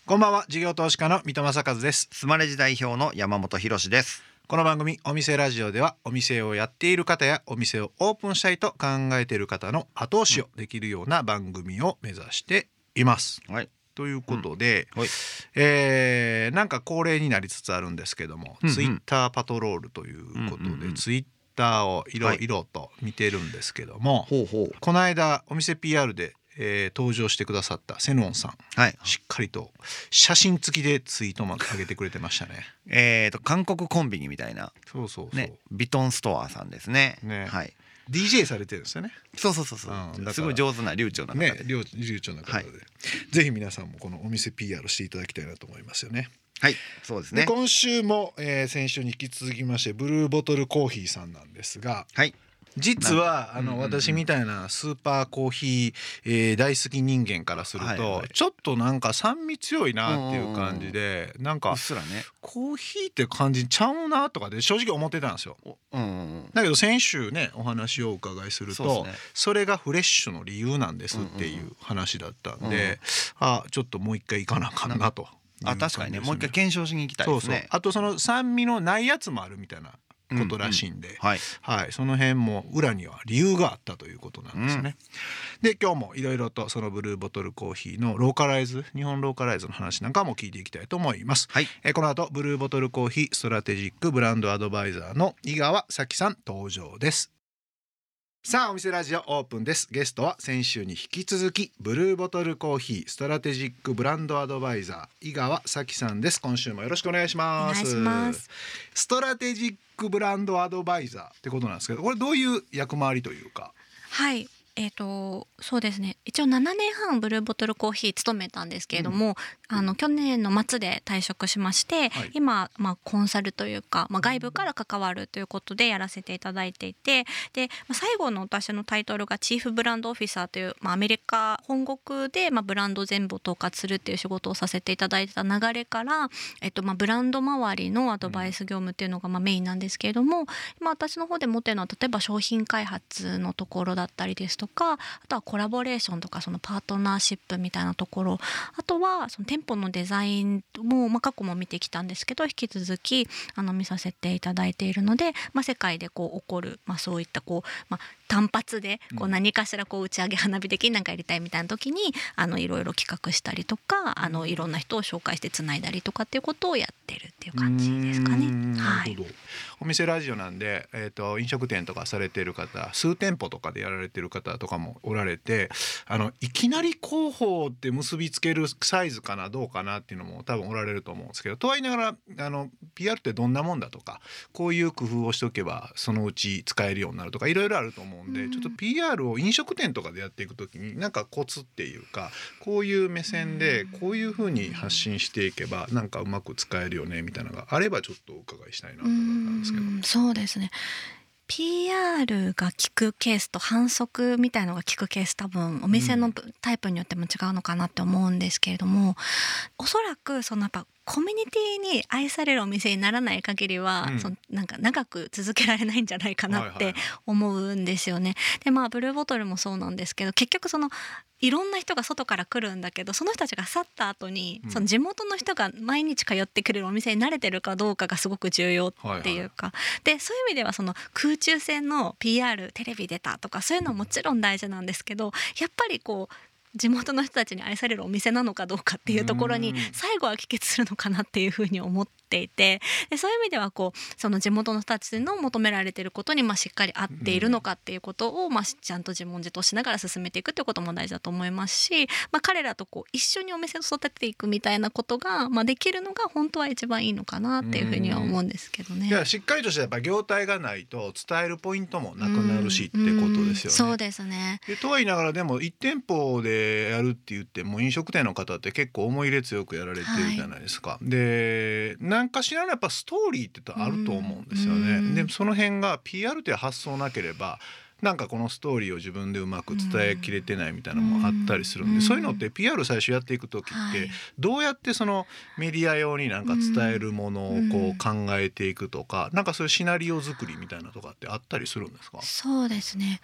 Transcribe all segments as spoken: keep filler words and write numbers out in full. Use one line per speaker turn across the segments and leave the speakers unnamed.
こんばんは、事業投資家の三戸正和です。
スマレジ代表の山本博です。
この番組お店ラジオでは、お店をやっている方やお店をオープンしたいと考えている方の後押しをできるような番組を目指しています、
はい、
ということで、
うんはい
えー、なんか恒例になりつつあるんですけども、
うんうん、
ツイッターパトロールということで、うんうんうん、ツイッターをいろいろと見てるんですけども、
はい、ほうほう
この間お店 ピーアール でえー、登場してくださったセノンさん、はい、しっかりと写真付きでツイートも上げてくれてましたね。
えーと韓国コンビニみたいな、
そうそうそう、
ね、ビトンストアさんですね。
ね、
はい、
ディージェー されてるんですよね。
そうそうそうそう、うん、すごい上手な流暢な方で、
ね、流暢な方で、はい、ぜひ皆さんもこのお店 ピーアール していただきたいなと思いますよね。
はい、そうですね。
で今週も、えー、先週に引き続きましてブルーボトルコーヒーさんなんですが、はい、実はあの、うんうんうん、私みたいなスーパーコーヒー、えー、大好き人間からすると、はいはい、ちょっとなんか酸味強いなっていう感じで、うんうんうん、なんかうっすら、ね、コーヒーって感じちゃうなとかで正直思ってたんですよ、うんうんうん、だけど先週ねお話をお伺いすると そ,、ね、それがフレッシュの理由なんですっていう話だったんで、うんうんうん、あちょっともう一回行かなあかんなと。
あ、確かにね、もう一回検証しに行きたいですね。
そうそう、あとその酸味のないやつもあるみたいなことらしいんで、うんうん、はいはい、その辺も裏には理由があったということなんですね、うん、で今日もいろいろとそのブルーボトルコーヒーのローカライズ、日本ローカライズの話なんかも聞いていきたいと思います、はい、えこの後ブルーボトルコーヒーストラテジックブランドアドバイザーの井川咲さん登場です。さあお店ラジオオープンです。ゲストは先週に引き続きブルーボトルコーヒーストラテジックブランドアドバイザー井川咲さんです。今週もよろしくお願いします。
お願いします。
ストラテジックブランドアドバイザーってことなんですけど、これどういう役回りというか。
はい、えーと、そうですね、一応ななねんはんブルーボトルコーヒー勤めたんですけれども、うん、あの去年の末で退職しまして、はい、今、まあ、コンサルというか、まあ、外部から関わるということでやらせていただいていて、で、まあ、最後の私のタイトルがチーフブランドオフィサーという、まあ、アメリカ本国で、まあ、ブランド全部を統括するっていう仕事をさせていただいてた流れから、えっとまあ、ブランド周りのアドバイス業務っていうのがまあメインなんですけれども、今私の方で持ってるのは例えば商品開発のところだったりですとか、あとはコラボレーションとかそのパートナーシップみたいなところ、あとはその店舗のデザインも、まあ、過去も見てきたんですけど引き続きあの見させていただいているので、まあ、世界でこう起こる、まあ、そういったこう、まあ、単発でこう何かしらこう打ち上げ花火的になんかやりたいみたいな時にあのいろいろ企画したりとか、あのいろんな人を紹介してつないだりとかっていうことをやってるっていう感じですかね。
なるほど、はい、お店ラジオなんで、えーと、飲食店とかされてる方、数店舗とかでやられてる方とかもおられて、あのいきなり広報って結びつけるサイズかなどうかなっていうのも多分おられると思うんですけど、とはいいながらあの ピーアール ってどんなもんだとか、こういう工夫をしておけばそのうち使えるようになるとかいろいろあると思うんで、うん、ちょっと ピーアール を飲食店とかでやっていくときになんかコツっていうか、こういう目線でこういう風に発信していけばなんかうまく使えるよねみたいなのがあればちょっとお伺いしたいなと思ったんですけど。
うん、そうですね、ピーアール が効くケースと反則みたいのが効くケース、多分お店のタイプによっても違うのかなって思うんですけれども、おそらくそのやっぱコミュニティに愛されるお店にならない限りは、うん、そのなんか長く続けられないんじゃないかなって思うんですよね。でまあブルーボトルもそうなんですけど、結局そのいろんな人が外から来るんだけど、その人たちが去った後に、うん、その地元の人が毎日通ってくれるお店に慣れてるかどうかがすごく重要っていうか、はいはい、でそういう意味ではその空中戦の ピーアール テレビ出たとかそういうのはもちろん大事なんですけど、やっぱりこう地元の人たちに愛されるお店なのかどうかっていうところに最後は帰結するのかなっていうふうに思っていて、でそういう意味ではこうその地元の人たちの求められていることにまあしっかり合っているのかっていうことをまあちゃんと自問自答しながら進めていくっていうことも大事だと思いますし、まあ、彼らとこう一緒にお店を育てていくみたいなことがまあできるのが本当は一番いいのかなっていうふうには思うんですけどね。
いやしっかりとしたやっぱ業態がないと伝えるポイントもなくなるしってことですよね。
そうですね。
でとは言いながらでもいち店舗でやるって言っても飲食店の方って結構思い入れ強くやられてるじゃないですか、はい、で何かしらのやっぱストーリーってあると思うんですよね。でその辺が ピーアール という発想なければなんかこのストーリーを自分でうまく伝えきれてないみたいなのもあったりするんで、そういうのって ピーアール 最初やっていく時ってどうやってそのメディア用になんか伝えるものをこう考えていくとか、なんかそういうシナリオ作りみたいなとかってあったりするんですか？
そうですね、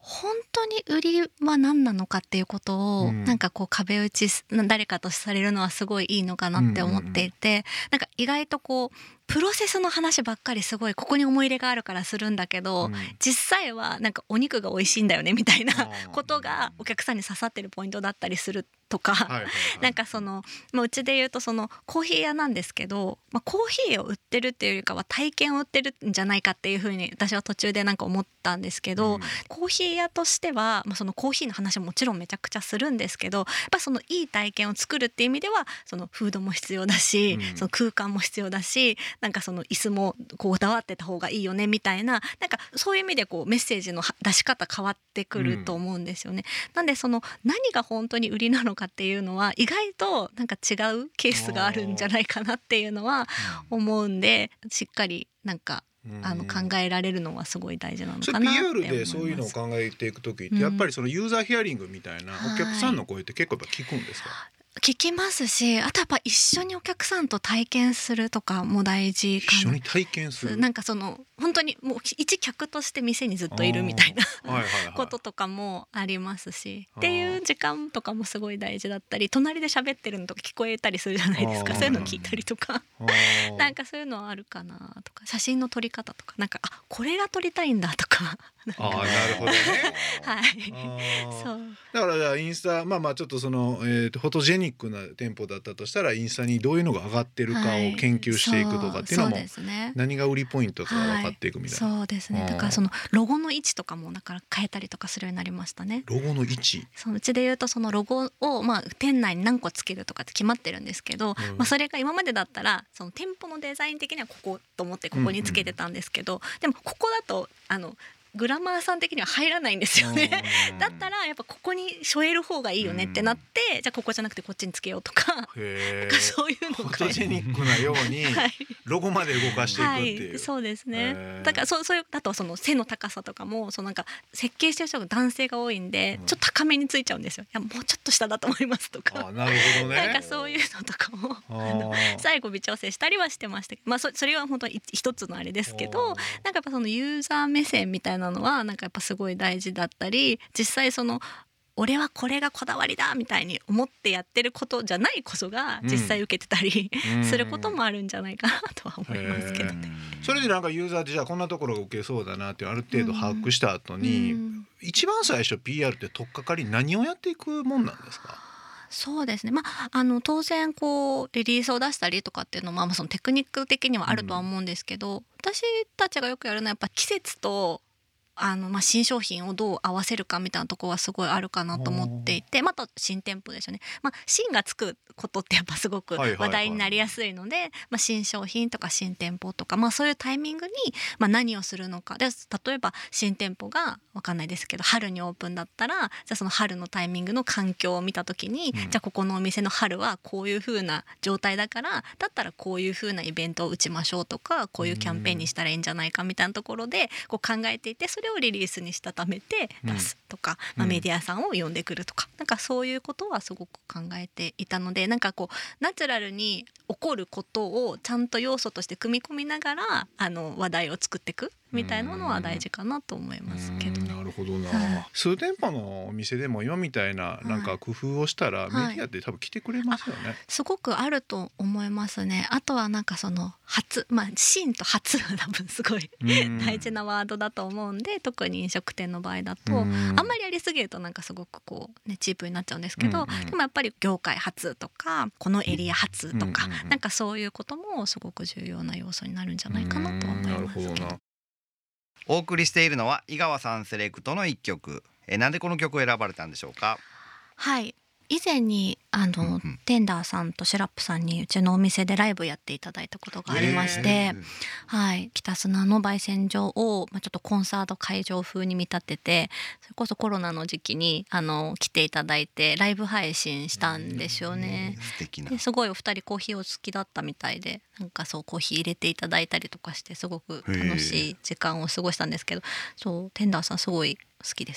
本当に売りは何なのかっていうことを、うん、なんかこう壁打ち誰かとされるのはすごいいいのかなって思っていて、うんうんうん、なんか意外とこうプロセスの話ばっかりすごいここに思い入れがあるからするんだけど、うん、実際はなんかお肉が美味しいんだよねみたいなことがお客さんに刺さってるポイントだったりするとか、はいはいはい、なんかその、まあ、うちで言うとそのコーヒー屋なんですけど、まあ、コーヒーを売ってるっていうよりかは体験を売ってるんじゃないかっていうふうに私は途中でなんか思ったんですけど、うん、コーヒー屋としては、まあ、そのコーヒーの話ももちろんめちゃくちゃするんですけど、やっぱそのいい体験を作るっていう意味ではそのフードも必要だし、うん、その空間も必要だし、なんかその椅子もこだわってた方がいいよねみたいな、なんかそういう意味でこうメッセージの出し方変わってくると思うんですよね、うん、なんでその何が本当に売りなのかっていうのは意外となんか違うケースがあるんじゃないかなっていうのは思うんで、しっかりなんかあの考えられるのはすごい大事なのかなって思います。
それ ピーアール でそういうのを考えていくときって、やっぱりそのユーザーヒアリングみたいなお客さんの声って結構やっぱ聞くんですか？
聞きますし、あとやっぱ一緒にお客さんと体験するとかも大事かな。
一緒に体験する、
なんかその本当にもう一客として店にずっといるみたいなはいはい、はい、こととかもありますし、っていう時間とかもすごい大事だったり、隣で喋ってるのとか聞こえたりするじゃないですか。そういうの聞いたりとかなんかそういうのはあるかなとか、写真の撮り方とか、なんかあこれが撮りたいんだとか
ああなるほどね
はいそう
だからじゃあインスタ、まあまあちょっとその、えーと、フォトジェニックな店舗だったとしたらインスタにどういうのが上がってるかを研究していくとかっていうのも、はい、そうですね、何が売りポイントか分かっていくみたいな、
はい、そうですね。だからそのロゴの位置とかもだから変えたりとかするようになりましたね。
ロゴの位置、
そのうちで言うとそのロゴをまあ店内に何個つけるとかって決まってるんですけど、うん、まあ、それが今までだったらその店舗のデザイン的にはここと思ってここにつけてたんですけど、うんうん、でもここだとあのグラマーさん的には入らないんですよねだったらやっぱここに添える方がいいよねってなって、じゃあここじゃなくてこっちにつけようとか、へなんかそういうのを
フォトジェニックなようにロゴまで動かしていくっていう、
はい、そうですね。だからそそういうあとはその背の高さとかもそのなんか設計してる人が男性が多いんで、うん、ちょっと高めについちゃうんですよ。いやもうちょっと下だと思いますとか、
あなるほどね、
なんかそういうのとかもあの最後微調整したりはしてましたけど、まあ そ, それは本当に一つのあれですけど、なんかやっぱそのユーザー目線みたいなのはなんかやっぱすごい大事だったり、実際その俺はこれがこだわりだみたいに思ってやってることじゃないこそが実際受けてたり、うん、することもあるんじゃないかなとは思いますけどね。
それでなんかユーザーでじゃあこんなところが受けそうだなってある程度把握した後に、うん、一番最初 ピーアール って取っかかり何をやっていくもんなんですか？
そうですね、まあ、あの当然こうリリースを出したりとかっていうのも、まあ、そのテクニック的にはあるとは思うんですけど、うん、私たちがよくやるのはやっぱ季節とあのまあ新商品をどう合わせるかみたいなところはすごいあるかなと思っていて、また新店舗ですよね、まあ、新がつくことってやっぱすごく話題になりやすいので、まあ、新商品とか新店舗とか、まあ、そういうタイミングにまあ何をするのかで、例えば新店舗が分かんないですけど春にオープンだったら、じゃあその春のタイミングの環境を見た時に、うん、じゃあここのお店の春はこういう風な状態だからだったらこういう風なイベントを打ちましょうとか、こういうキャンペーンにしたらいいんじゃないかみたいなところでこう考えていて、それをリリースにしたためて出すとか、うんまあ、メディアさんを呼んでくるとか、なんかそういうことはすごく考えていたので、なんかこうナチュラルに起こることをちゃんと要素として組み込みながらあの話題を作っていくみたいなのは大事かなと思いますけど。
なるほどな、はい、数店舗のお店でも今みたいななんか工夫をしたらメディアって多分来てくれますよね、はい、
すごくあると思いますね。あとはなんかその初、まあ新と初は多分すごい大事なワードだと思うんで、特に飲食店の場合だとあんまりやりすぎるとなんかすごくこう、ね、チープになっちゃうんですけど、でもやっぱり業界初とかこのエリア初とか、なんかそういうこともすごく重要な要素になるんじゃないかなと思いますけど。
お送りしているのは井川さんセレクトの一曲。えなんでこの曲を選ばれたんでしょうか？
はい、以前にあの、うんうん、テンダーさんとシラップさんにうちのお店でライブやっていただいたことがありまして、はい、北砂の焙煎所を、まあ、ちょっとコンサート会場風に見立てて、それこそコロナの時期にあの来ていただいてライブ配信したんですよね。
素敵な。
ですごいお二人コーヒーお好きだったみたいで、なんかそうコーヒー入れていただいたりとかしてすごく楽しい時間を過ごしたんですけど、そうテンダーさんすごい好きです。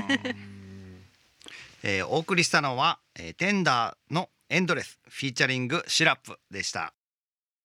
えー、お送りしたのは、えー、テンダーのエンドレスフィーチャリングシラップでした。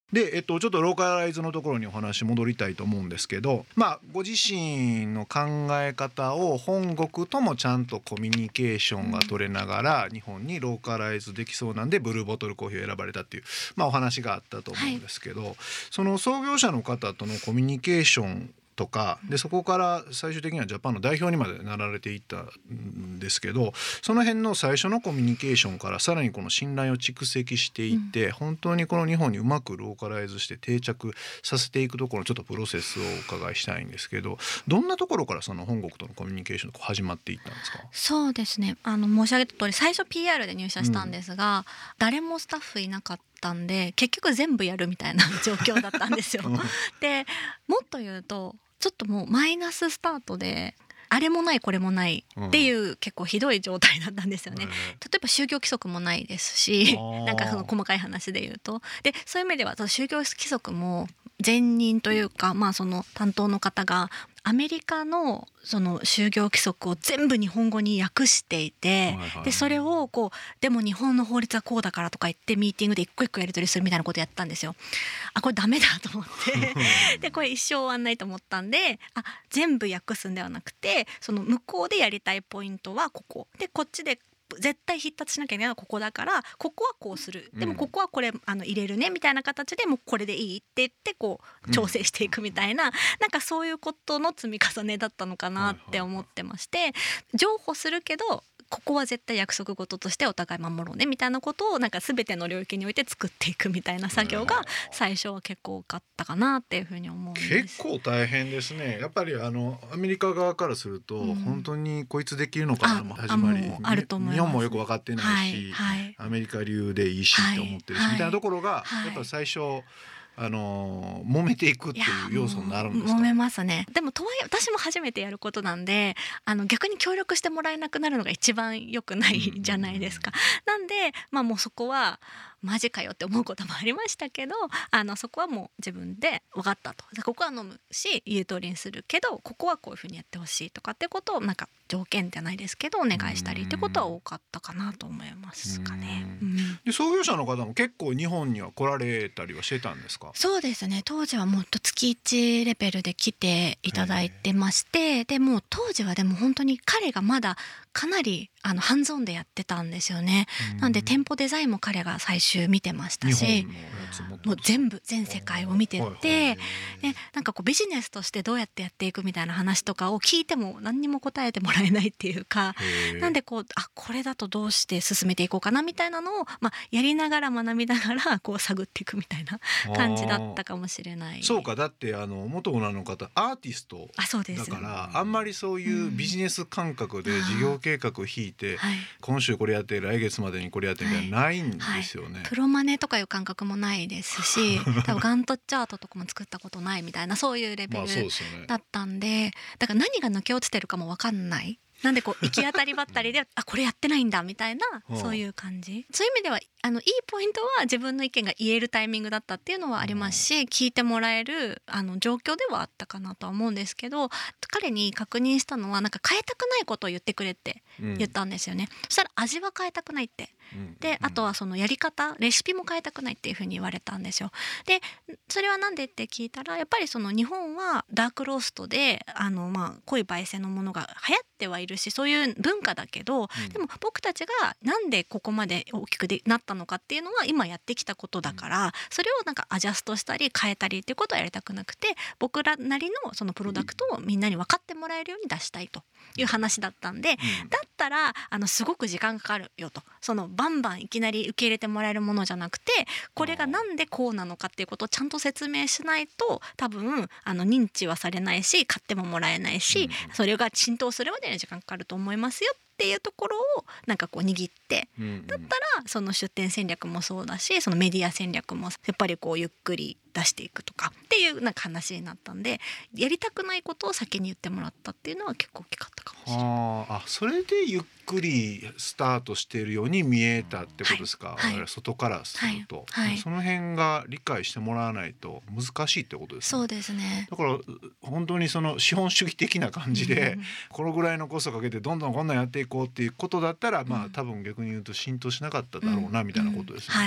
で、えっと、ちょっとローカライズのところにお話戻りたいと思うんですけど、まあ、ご自身の考え方を本国ともちゃんとコミュニケーションが取れながら日本にローカライズできそうなんでブルーボトルコーヒーを選ばれたっていう、まあ、お話があったと思うんですけど、はい、その創業者の方とのコミュニケーションとかで、そこから最終的にはジャパンの代表にまでなられていったんですけど、その辺の最初のコミュニケーションからさらにこの信頼を蓄積していって、うん、本当にこの日本にうまくローカライズして定着させていくところのちょっとプロセスをお伺いしたいんですけど、どんなところからその本国とのコミュニケーションが始まっていったんですか？
そうですね、あの申し上げた通り最初 ピーアール で入社したんですが、うん、誰もスタッフいなかったんで結局全部やるみたいな状況だったんですよでもっと言うとちょっともうマイナススタートであれもないこれもないっていう、うん、結構ひどい状態だったんですよね、うん、例えば就業規則もないですしなんかその細かい話で言うと、でそういう意味では就業規則も前任というか、まあ、その担当の方がアメリカのその就業規則を全部日本語に訳していて、はいはい、でそれをこうでも日本の法律はこうだからとか言ってミーティングで一個一個やり取りするみたいなことやったんですよ。あ、これダメだと思ってでこれ一生終わんないと思ったんで、あ、全部訳すんではなくてその向こうでやりたいポイントはここで、こっちで絶対必達しなきゃいけないのはここだからここはこうする、でもここはこれあの入れるねみたいな形でもうこれでいいって言ってこう調整していくみたいな、うん、なんかそういうことの積み重ねだったのかなって思ってまして、譲歩するけどここは絶対約束事としてお互い守ろうねみたいなことをなんか全ての領域において作っていくみたいな作業が最初は結構多かったかなっていうふうに思うんです。
結構大変ですね。やっぱりあのアメリカ側からすると、うん、本当にこいつできるのかなも始まり、
あると思います。
日本もよく分かってないし、
はいはい、
アメリカ流でいいしって思ってるし、はい、みたいなところが、はい、やっぱ最初あの揉めていくっていう要素になるんですか？
揉めますね。でもとはいえ私も初めてやることなんで、あの逆に協力してもらえなくなるのが一番良くないじゃないですか。なんでまあもうそこはマジかよって思うこともありましたけど、あのそこはもう自分で分かったと、ここは飲むし言う通りにするけどここはこういうふうにやってほしいとかってことをなんか条件じゃないですけどお願いしたりってことは多かったかなと思いますかね。うん、
で創業者の方も結構日本には来られたりはしてたんですか？
そうですね、当時はもっと月いちレベルで来ていただいてまして、でもう当時はでも本当に彼がまだかなりあのハンズオンでやってたんですよね。なんで店舗デザインも彼が最終見てましたし、もう全部全世界を見てって、でなんかこうビジネスとしてどうやってやっていくみたいな話とかを聞いても何にも答えてもらえないっていうか、なんでこうあこれだとどうして進めていこうかなみたいなのを、まあ、やりながら学びながらこう探っていくみたいな感じだったかもしれない。
そうか、だってあの元オーナーの方アーティストだからあんまりそういうビジネス感覚で事業計画を引いて、うんはい、今週これやって来月までにこれやってみたいなないんですよね、はいはい、
プロマネとかいう感覚もないですし多分ガントチャートとかも作ったことないみたいなそういうレベルだったんで、まあそうですよね、だから何が抜け落ちてるかも分かんないなんでこう行き当たりばったりであこれやってないんだみたいなそういう感じ、そういう意味ではあのいいポイントは自分の意見が言えるタイミングだったっていうのはありますし、聞いてもらえるあの状況ではあったかなとは思うんですけど、彼に確認したのはなんか変えたくないことを言ってくれって言ったんですよね、うん、そしたら味は変えたくないって、うん、であとはそのやり方レシピも変えたくないっていうふうに言われたんですよ。でそれはなんでって聞いたらやっぱりその日本はダークローストであのまあ濃い焙煎のものが流行ってはいるしそういう文化だけど、うん、でも僕たちがなんでここまで大きくでなったのかっていうのは今やってきたことだから、うん、それをなんかアジャストしたり変えたりっていうことはやりたくなくて僕らなりのそのプロダクトをみんなに分かってもらえるように出したいという話だったんで、うん、だったらあのすごく時間かかるよと、そのバンバンいきなり受け入れてもらえるものじゃなくてこれがなんでこうなのかっていうことをちゃんと説明しないと多分あの認知はされないし買ってももらえないし、うん、それが浸透するまでに時間かかると思いますよっていうところをなんかこう握って、うんうん、だったらその出店戦略もそうだしそのメディア戦略もやっぱりこうゆっくり出していくとかっていうなんか話になったんでやりたくないことを先に言ってもらったっていうのは結構大きかったかもしれない。
ああそれでゆっくりスタートしているように見えたってことですか、はいはい、外からすると、はいはい、その辺が理解してもらわないと難しいってことですね。
そうですね。
だから本当にその資本主義的な感じで、うん、このぐらいのコストかけてどんどんこんなんやっていこうっていうことだったら、うん、まあ多分逆に言うと浸透しなかっただろうなみたいなことですね、
うんうんはい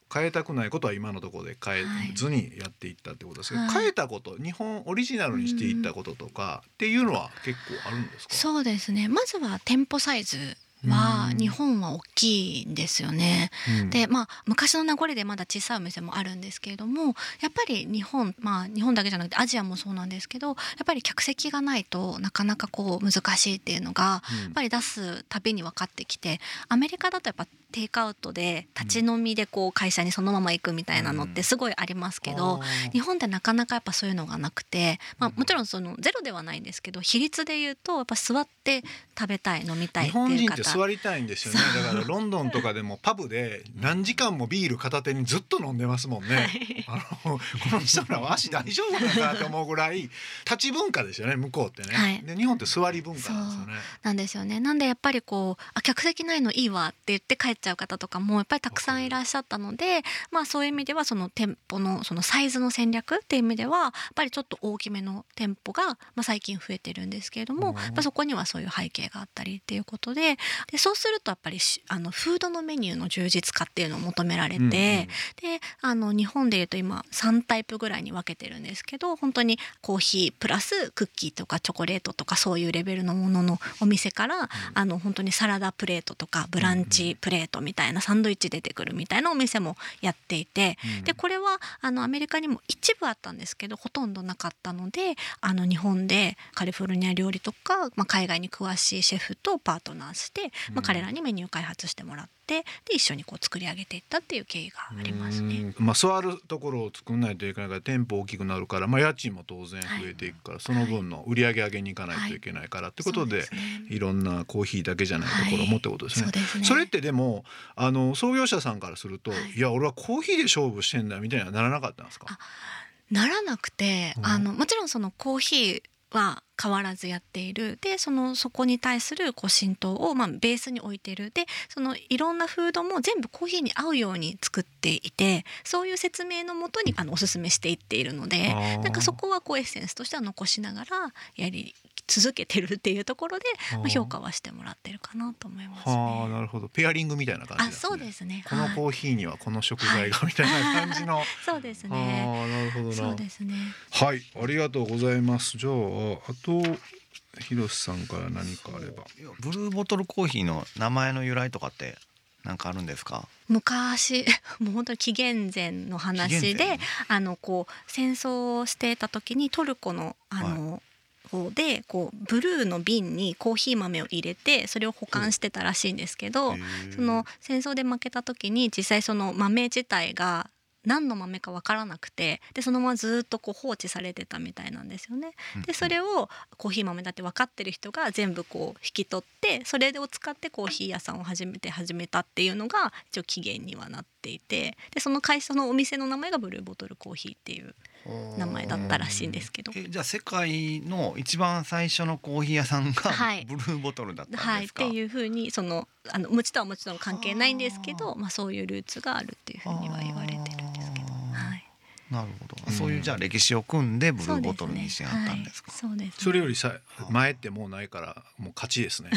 変えたくないことは今のところで変えずにやっていったってことですけど、はい、変えたこと日本オリジナルにしていったこととかっていうのは結構あるんですか？
そうですね、まずは店舗サイズは日本は大きいんですよね、うん、でまあ昔の名残でまだ小さいお店もあるんですけれども、やっぱり日本まあ日本だけじゃなくてアジアもそうなんですけど、やっぱり客席がないとなかなかこう難しいっていうのが、うん、やっぱり出すたびに分かってきて、アメリカだとやっぱテイクアウトで立ち飲みでこう会社にそのまま行くみたいなのってすごいありますけど、うん、日本ってなかなかやっぱそういうのがなくて、まあ、もちろんそのゼロではないんですけど、比率で言うとやっぱ座って食べたい飲みたいっていう方、
日本人って座りたいんですよね。だからロンドンとかでもパブで何時間もビール片手にずっと飲んでますもんね、はい、あのこの人らは足大丈夫なのかなと思うぐらい立ち文化ですよね向こうってね、はい、で日本って座り文化なんですよね。
なんですよね。なんでやっぱりこうあ客席ないのいいわって言って帰っちゃう方とかもやっぱりたくさんいらっしゃったので、まあそういう意味ではその店舗のそのサイズの戦略っていう意味ではやっぱりちょっと大きめの店舗が、まあ、最近増えてるんですけれども、やっぱそこにはそういう背景があったりっていうことで、でそうするとやっぱりあのフードのメニューの充実化っていうのを求められて、うんうん、であの日本でいうと今さんタイプぐらいに分けてるんですけど、本当にコーヒープラスクッキーとかチョコレートとかそういうレベルのもののお店から、うん、あの本当にサラダプレートとかブランチプレートみたいなサンドイッチ出てくるみたいなお店もやっていて、うん、でこれはあのアメリカにも一部あったんですけどほとんどなかったので、あの日本でカリフォルニア料理とか、まあ、海外に詳しいシェフとパートナーして、まあ、彼らにメニュー開発してもらって、で一緒にこう作り上げていったっていう経緯がありますね。
まあ、座るところを作んないといけないから店舗大きくなるから、まあ、家賃も当然増えていくから、はい、その分の売り上げ上げに行かないといけないから、はい、ってことで、ね、いろんなコーヒーだけじゃないところもってことですね。はい、 そうですね。それってでもあの創業者さんからすると、はい、いや俺はコーヒーで勝負してんだみたいにはならなかったんですか？
あならなくて、うん、あのもちろんそのコーヒーは変わらずやっている。でそのそこに対するこう浸透をまあベースに置いている。でそのいろんなフードも全部コーヒーに合うように作っていて、そういう説明のもとにあのおすすめしていっているので、なんかそこはこうエッセンスとしては残しながらやり続けてるっていうところで、まあ、評価はしてもらってるかなと思いますね。
はあ、なるほど。ペアリングみたいな感じですね。
あ、そうですね。
このコーヒーにはこの食材がみたいな感じの、はい、
そうですね。
ああ、なるほどな。
そうですね。
はい、ありがとうございます。じゃああとひろしさんから何かあれば。
ブルーボトルコーヒーの名前の由来とかって何かあるんですか？
昔もう本当に紀元前の話で、あのこう戦争をしていた時にトルコのあの、はい方でこうブルーの瓶にコーヒー豆を入れてそれを保管してたらしいんですけど、その戦争で負けた時に実際その豆自体が何の豆か分からなくて、でそのままずっとこう放置されてたみたいなんですよね。でそれをコーヒー豆だって分かってる人が全部こう引き取って、それを使ってコーヒー屋さんを始めて始めたっていうのが一応起源にはなっていて、でその会社のお店の名前がブルーボトルコーヒーっていう名前だったらしいんですけど。
えじゃあ世界の一番最初のコーヒー屋さんがブルーボトルだったんですか？
はい、っていうふうにそのあの餅とはもちろん関係ないんですけど、まあ、そういうルーツがあるっていうふうには言われてるんですけど、はい、
なるほど、うん、そういうじゃあ歴史を組んでブルーボトルにしてあったんですか？
そうですね、はい、そうですね。
それよりさ前ってもうないからもう勝ちですね。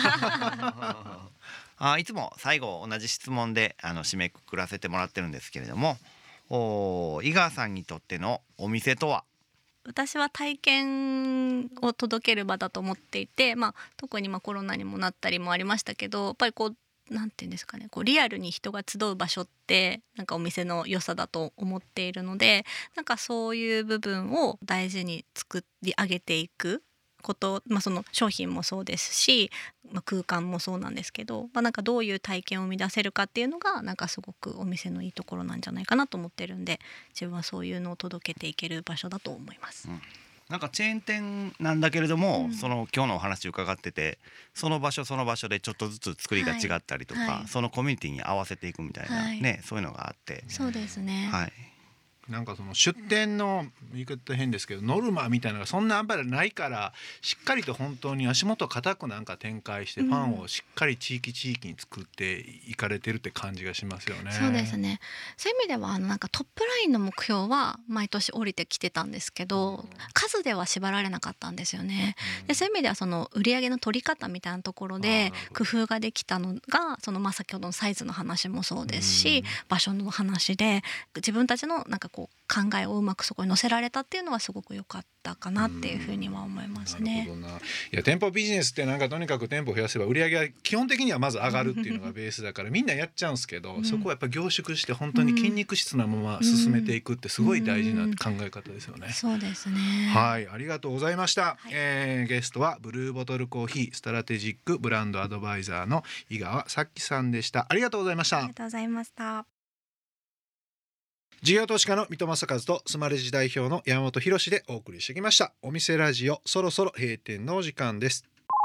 あいつも最後同じ質問であの締めくくらせてもらってるんですけれども、お井川さんにとってのお店とは？
私は体験を届ける場だと思っていて、まあ、特にまあコロナにもなったりもありましたけど、やっぱりこうなんていうんですかね、こうリアルに人が集う場所ってなんかお店の良さだと思っているので、なんかそういう部分を大事に作り上げていくこと、まあ、その商品もそうですし、まあ、空間もそうなんですけど、まあ、なんかどういう体験を生み出せるかっていうのがなんかすごくお店のいいところなんじゃないかなと思ってるんで、自分はそういうのを届けていける場所だと思います。うん、
なんかチェーン店なんだけれども、うん、その今日のお話伺ってて、その場所その場所でちょっとずつ作りが違ったりとか、はいはい、そのコミュニティに合わせていくみたいな、はい、ね、そういうのがあって、
そうですね、
はい、
なんかその出店の言い方変ですけどノルマみたいなのがそんなあんまりないからしっかりと本当に足元固くなんか展開してファンをしっかり地域地域に作っていかれてるって感じがしますよね。
そうですね。そういう意味ではあのなんかトップラインの目標は毎年降りてきてたんですけど、うん、数では縛られなかったんですよね。うん、でそういう意味ではその売り上げの取り方みたいなところで工夫ができたのがそのまあ先ほどのサイズの話もそうですし、うん、場所の話で自分たちのなんかこう考えをうまくそこに乗せられたっていうのはすごく良かったかなっていうふうには思いますね。
なるほどな。いや店舗ビジネスってなんかとにかく店舗増やせば売り上げは基本的にはまず上がるっていうのがベースだからみんなやっちゃうんですけど、うん、そこはやっぱ凝縮して本当に筋肉質なまま進めていくってすごい大事な考え方ですよね。
うんうん、そうですね。
はい、ありがとうございました。はい、えー、ゲストはブルーボトルコーヒーストラテジックブランドアドバイザーの井川咲さんでした。ありがとうございました。
ありがとうございました。
事業投資家の三戸正和とスマレジ代表の山本博でお送りしてきましたお店ラジオ、そろそろ閉店のお時間です。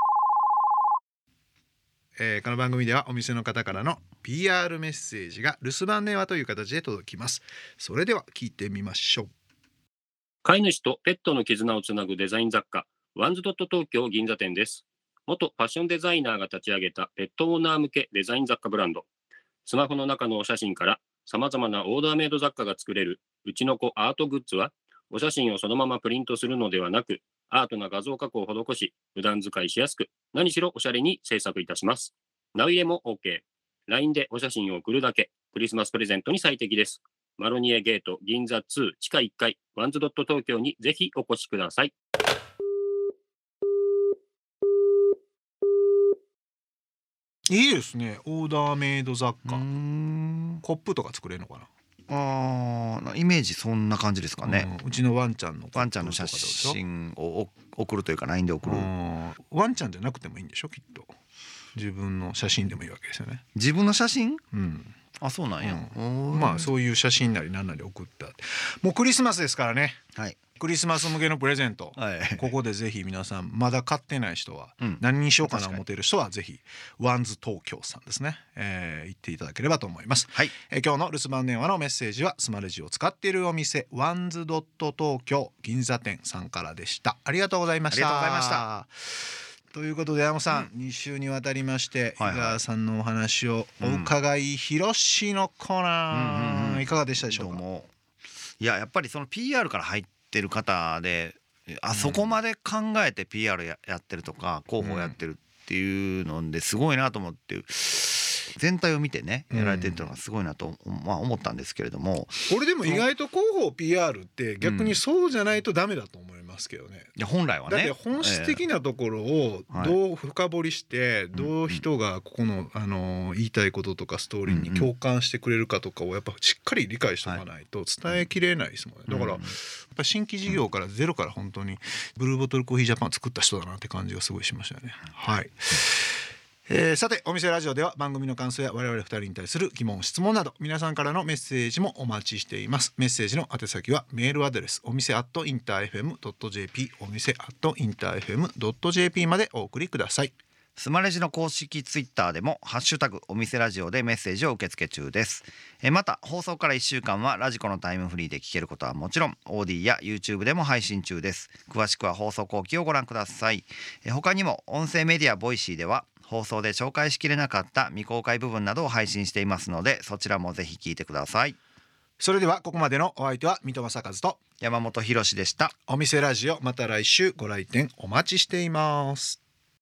えー、この番組ではお店の方からの ピーアール メッセージが留守番電話という形で届きます。それでは聞いてみましょう。
飼い主とペットの絆をつなぐデザイン雑貨ワンズドット東京銀座店です。元ファッションデザイナーが立ち上げたペットオーナー向けデザイン雑貨ブランド。スマホの中のお写真からさまざまなオーダーメイド雑貨が作れるうちの子アートグッズは、お写真をそのままプリントするのではなく、アートな画像加工を施し、普段使いしやすく、何しろおしゃれに制作いたします。名入れも OK。ライン でお写真を送るだけ、クリスマスプレゼントに最適です。マロニエゲート銀座ツー地下いっかいワンズドット東京にぜひお越しください。
いいですね。オーダーメイド雑貨。コップとか作れるのかな。
あー、イメージそんな感じですかね。
うん、うちのワンちゃんの
ワンちゃんの写真を送るというか ライン で送る。
ワンちゃんじゃなくてもいいんでしょきっと。自分の写真でもいいわけですよね。
自分の写真？
うん。
あ、そうなんや。
うん、まあそういう写真なり何なり送った。もうクリスマスですからね。
はい。
クリスマス向けのプレゼント、はい、ここでぜひ皆さんまだ買ってない人は、うん、何にしようかな思っている人はぜひワンズ東京さんですね、えー、行っていただければと思います。はい、えー、今日の留守番電話のメッセージはスマレジを使っているお店ワンズドット東京銀座店さんからでした。ありがとうございました。
ありがとうございました。
ということで山本さん、うん、に週にわたりまして、はいはい、井川さんのお話をお伺い、うん、ひろしのコーナー、うんうんうん、いかがでしたでしょうか。どうも。
いや、やっぱりその ピーアール から入ってってる方で、あそこまで考えて ピーアール や, やってるとか広報やってるっていうのですごいなと思って、全体を見てねやられてるのがすごいなと、まあ、思ったんですけれども、
これでも意外と広報 ピーアール って逆にそうじゃないとダメだと思いますけどね。
いや本来はね、
だって本質的なところをどう深掘りして、どう人がここの、あの言いたいこととかストーリーに共感してくれるかとかをやっぱしっかり理解しておかないと伝えきれないですもんね。だからやっぱ新規事業からゼロから本当にブルーボトルコーヒージャパンを作った人だなって感じがすごいしましたよね。はい。えー、さてお店ラジオでは番組の感想や我々ふたりに対する疑問質問など皆さんからのメッセージもお待ちしています。メッセージの宛先はメールアドレスお店アットインターエフエムドットジェーピー お店アットインターエフエムドットジェーピー までお送りください。
スマレジの公式ツイッターでもハッシュタグお店ラジオでメッセージを受け付け中です。えまた放送からいっしゅうかんはラジコのタイムフリーで聞けることはもちろん オーディー や YouTube でも配信中です。詳しくは放送後期をご覧ください。え他にも音声メディアボイシーでは放送で紹介しきれなかった未公開部分などを配信していますので、そちらもぜひ聞いてください。
それではここまでのお相手は三戸正和と
山本博史でした。
お店ラジオ、また来週ご来店お待ちしています。